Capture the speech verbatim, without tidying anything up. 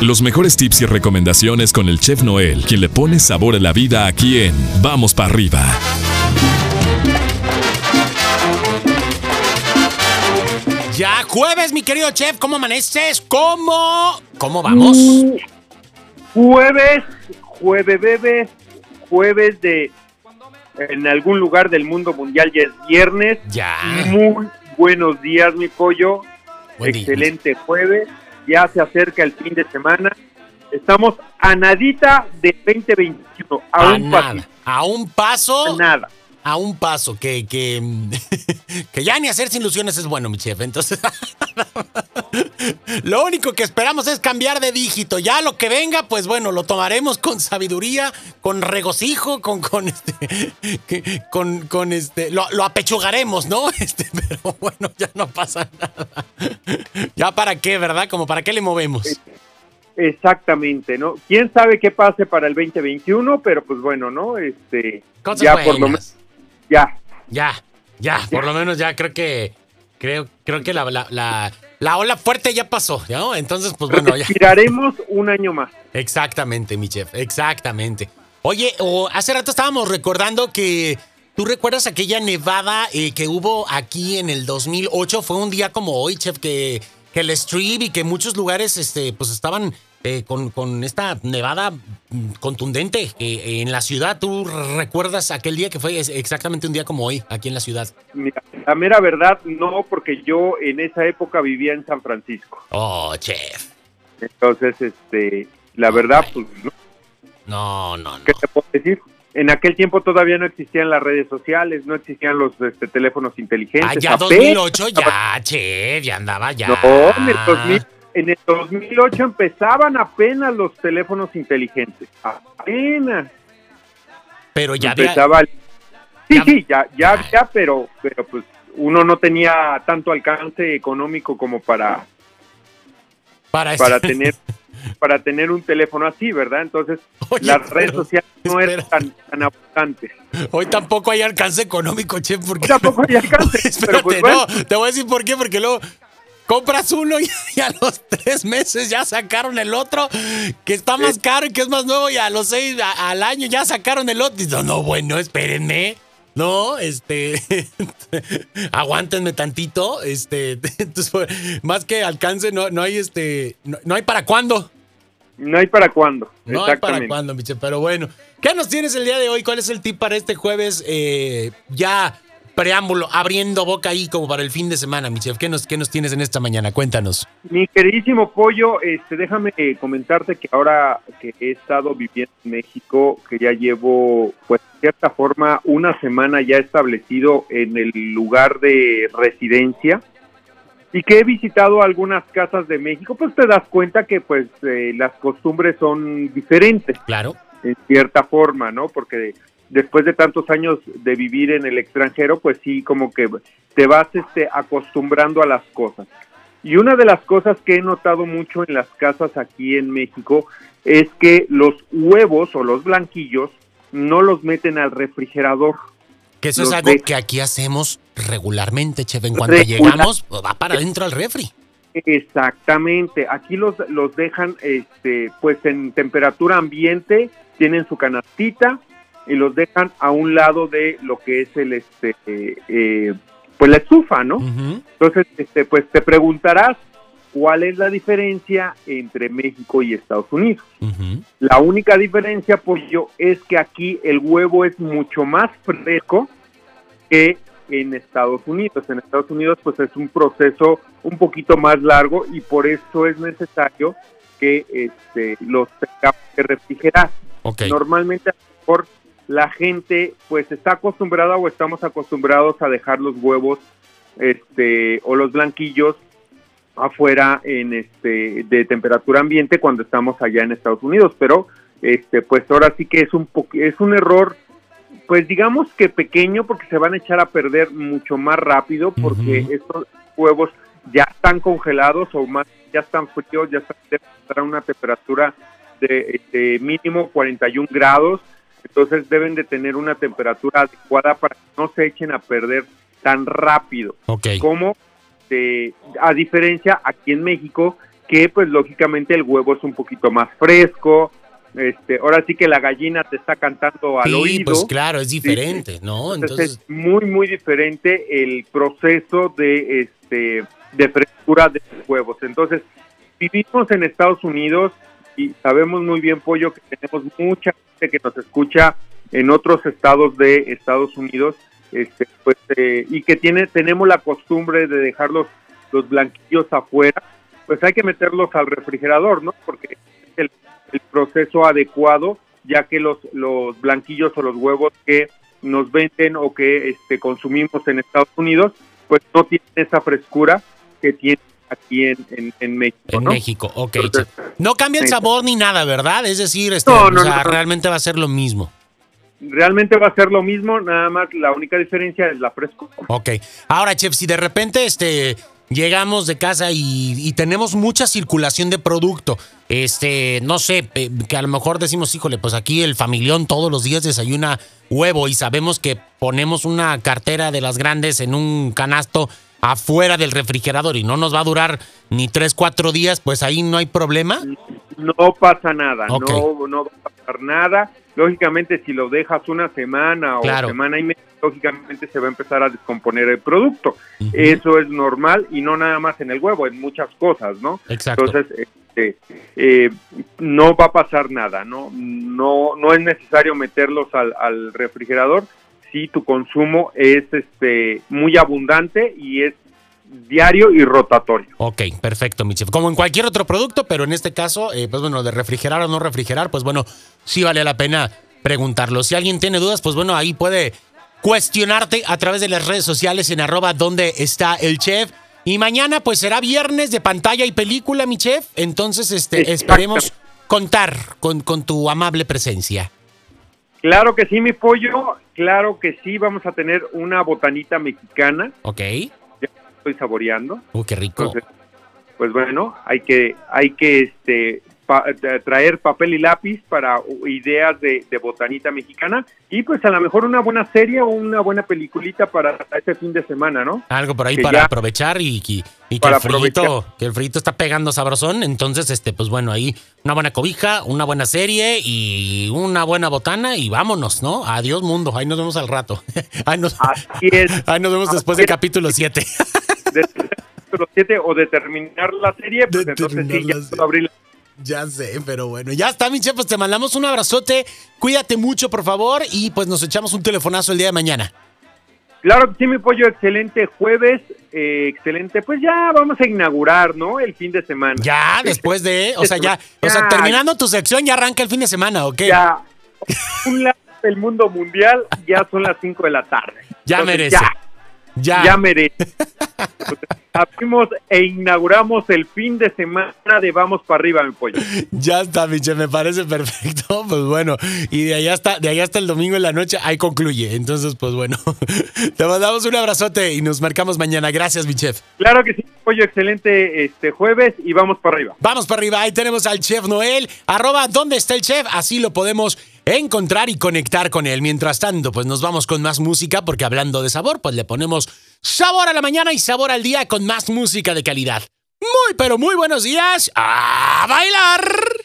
Los mejores tips y recomendaciones con el Chef Noel, quien le pone sabor a la vida aquí en Vamos para Arriba. Ya jueves, mi querido chef, ¿cómo amaneces? ¿Cómo? ¿Cómo vamos? Mm, jueves, jueves bebé, jueves de en algún lugar del mundo mundial ya es viernes. Ya. Muy buenos días, mi pollo. Buen Excelente día. Jueves. Ya se acerca el fin de semana. Estamos a nadita de veinte veintiuno. A, A un nada. paso. A un paso. A nada. A un paso. Que, que, que ya ni hacerse ilusiones es bueno, mi chef. Entonces, lo único que esperamos es cambiar de dígito. Ya lo que venga, pues bueno, lo tomaremos con sabiduría, con regocijo, con, con este, con, con este, lo, lo apechugaremos, ¿no? Este, pero bueno, ya no pasa nada. Ya para qué, ¿verdad? Como para qué le movemos. Exactamente, ¿no? Quién sabe qué pase para el veinte veintiuno, pero pues bueno, ¿no? Este, Cosas ya buenas. por lo menos, ya. Ya, ya, por lo menos ya creo que, creo, creo que la, la, la, la ola fuerte ya pasó, ¿no? Entonces, pues bueno, ya. Respiraremos un año más. Exactamente, mi chef, exactamente. Oye, o hace rato estábamos recordando que tú recuerdas aquella nevada eh, que hubo aquí en el dos mil ocho. Fue un día como hoy, chef, que, que el Strip y que muchos lugares este, pues estaban eh, con, con esta nevada contundente eh, en la ciudad. ¿Tú recuerdas aquel día que fue exactamente un día como hoy aquí en la ciudad? Mira, la mera verdad, no, porque yo en esa época vivía en San Francisco. Oh, chef. Entonces, este, la verdad, pues, no. No, no, no. ¿Qué te puedo decir? En aquel tiempo todavía no existían las redes sociales, no existían los este, teléfonos inteligentes. Ah, ya Apenas, dos mil ocho, ya, chef, ya andaba ya. No, en el, dos mil, en el dos mil ocho empezaban apenas los teléfonos inteligentes. Apenas. Pero ya empezaba. había... Sí, ya... sí, ya, ya había, pero, pero pues uno no tenía tanto alcance económico como para, para, para tener para tener un teléfono así, ¿verdad? Entonces, Oye, las redes pero, sociales no espera. eran tan, tan abundantes. Hoy tampoco hay alcance económico, chef, porque... Hoy tampoco hay alcance. Espérate, pero pues, bueno. no, te voy a decir por qué, porque luego compras uno y, y a los tres meses ya sacaron el otro, que está más caro y que es más nuevo, y a los seis, a, al año ya sacaron el otro. Y no, no, bueno, espérenme. No, este, aguántenme tantito, este, entonces, más que alcance, no, no hay, este, no, no hay para cuándo. No hay para cuándo. No hay para cuándo, Miche, pero bueno. ¿Qué nos tienes el día de hoy? ¿Cuál es el tip para este jueves? Eh, ya preámbulo, abriendo boca ahí como para el fin de semana, mi chef. ¿Qué nos, qué nos tienes en esta mañana? Cuéntanos. Mi queridísimo pollo, este, déjame comentarte que ahora que he estado viviendo en México, que ya llevo, pues, de cierta forma, una semana ya establecido en el lugar de residencia y que he visitado algunas casas de México, pues te das cuenta que, pues, eh, las costumbres son diferentes. Claro. En cierta forma, ¿no? Porque después de tantos años de vivir en el extranjero, pues sí, como que te vas este, acostumbrando a las cosas. Y una de las cosas que he notado mucho en las casas aquí en México es que los huevos o los blanquillos no los meten al refrigerador. Que eso es algo de... que aquí hacemos regularmente, chef. En cuanto Regular... llegamos, va para adentro al refri. Exactamente. Aquí los, los dejan este, pues en temperatura ambiente, tienen su canastita, y los dejan a un lado de lo que es el este eh, eh, pues la estufa, ¿no? Uh-huh. Entonces, este, pues te preguntarás cuál es la diferencia entre México y Estados Unidos. Uh-huh. La única diferencia, pollo, es que aquí el huevo es mucho más fresco que en Estados Unidos. En Estados Unidos, pues es un proceso un poquito más largo y por eso es necesario que este, los tengamos que refrigerar. Okay. Normalmente, a lo mejor, la gente pues está acostumbrada o estamos acostumbrados a dejar los huevos este o los blanquillos afuera en este de temperatura ambiente cuando estamos allá en Estados Unidos, pero este pues ahora sí que es un po- es un error, pues digamos que pequeño, porque se van a echar a perder mucho más rápido, porque uh-huh. estos huevos ya están congelados o más ya están fríos, ya están a una temperatura de, de mínimo cuarenta y un grados. Entonces deben de tener una temperatura adecuada para que no se echen a perder tan rápido. Okay. Como, eh, a diferencia, aquí en México, que pues lógicamente el huevo es un poquito más fresco. Este, ahora sí que la gallina te está cantando al sí, oído. Pues claro, es diferente, sí, sí. ¿no? Entonces, Entonces es muy, muy diferente el proceso de este de frescura de los huevos. Entonces, vivimos en Estados Unidos y sabemos muy bien, Pollo, que tenemos mucha gente que nos escucha en otros estados de Estados Unidos, este, pues, eh, y que tiene, tenemos la costumbre de dejar los, los blanquillos afuera, pues hay que meterlos al refrigerador, ¿no? Porque es el, el proceso adecuado, ya que los, los blanquillos o los huevos que nos venden o que este, consumimos en Estados Unidos, pues no tienen esa frescura que tienen aquí en, en, en México, En ¿no? México, ok. Entonces, no cambia el sabor ni nada, ¿verdad? Es decir, este, No, o no, sea, no, no. realmente va a ser lo mismo. realmente va a ser lo mismo, nada más la única diferencia es la frescura. Ok. Ahora, chef, si de repente este llegamos de casa y, y tenemos mucha circulación de producto, este, no sé, eh, que a lo mejor decimos, híjole, pues aquí el familión todos los días desayuna huevo y sabemos que ponemos una cartera de las grandes en un canasto afuera del refrigerador y no nos va a durar ni tres, cuatro días, pues ahí no hay problema. No pasa nada, Okay. no, no va a pasar nada. Lógicamente, si lo dejas una semana o Claro. semana y media, lógicamente se va a empezar a descomponer el producto. Uh-huh. Eso es normal y no nada más en el huevo, en muchas cosas, ¿no? Exacto. Entonces, este, eh, no va a pasar nada, ¿no? No, no es necesario meterlos al, al refrigerador si tu consumo es este muy abundante y es diario y rotatorio. Ok, perfecto, mi chef. Como en cualquier otro producto, pero en este caso, eh, pues bueno, de refrigerar o no refrigerar, pues bueno, sí vale la pena preguntarlo. Si alguien tiene dudas, pues bueno, ahí puede cuestionarte a través de las redes sociales en arroba donde está el chef. Y mañana pues será viernes de pantalla y película, mi chef. Entonces, este, esperemos contar con, con tu amable presencia. Claro que sí, mi pollo, claro que sí, vamos a tener una botanita mexicana. Ok. Ya estoy saboreando. Uh, qué rico. Entonces, pues bueno, hay que, hay que este, pa, traer papel y lápiz para ideas de, de botanita mexicana y pues a lo mejor una buena serie o una buena peliculita para este fin de semana, ¿no? Algo por ahí que para ya, aprovechar y, y, y que para el frito, aprovechar. que el frito está pegando sabrosón. Entonces, este, pues bueno, ahí una buena cobija, una buena serie y una buena botana y vámonos, ¿no? Adiós mundo, ahí nos vemos al rato. Ahí nos, Así es. ahí nos vemos Así después del es. capítulo siete. De capítulo siete o de terminar la serie, pues De entonces sí, terminar ya la serie. puedo abrir. Ya sé, pero bueno, ya está, mi chef, pues te mandamos un abrazote. Cuídate mucho, por favor, y pues nos echamos un telefonazo el día de mañana. Claro que sí, mi pollo, excelente jueves, eh, excelente, pues ya vamos a inaugurar, ¿no? El fin de semana. Ya, después de, o sea, ya, o sea, terminando tu sección, ya arranca el fin de semana, ¿ok? Ya, un lado del mundo mundial, ya son las cinco de la tarde. Ya Entonces, merece. Ya, Ya. ya merece. Entonces, abrimos e inauguramos el fin de semana de Vamos para arriba, mi pollo. Ya está, mi chef, me parece perfecto. Pues bueno, y de allá hasta, de allá hasta el domingo en la noche, ahí concluye. Entonces, pues bueno, te mandamos un abrazote y nos marcamos mañana. Gracias, mi chef. Claro que sí, pollo, excelente este jueves y vamos para arriba. Vamos para arriba, ahí tenemos al chef Noel, arroba ¿dónde está el chef? Así lo podemos encontrar y conectar con él. Mientras tanto, pues nos vamos con más música, porque hablando de sabor, pues le ponemos sabor a la mañana y sabor al día con más música de calidad. Muy, pero muy buenos días. ¡A bailar!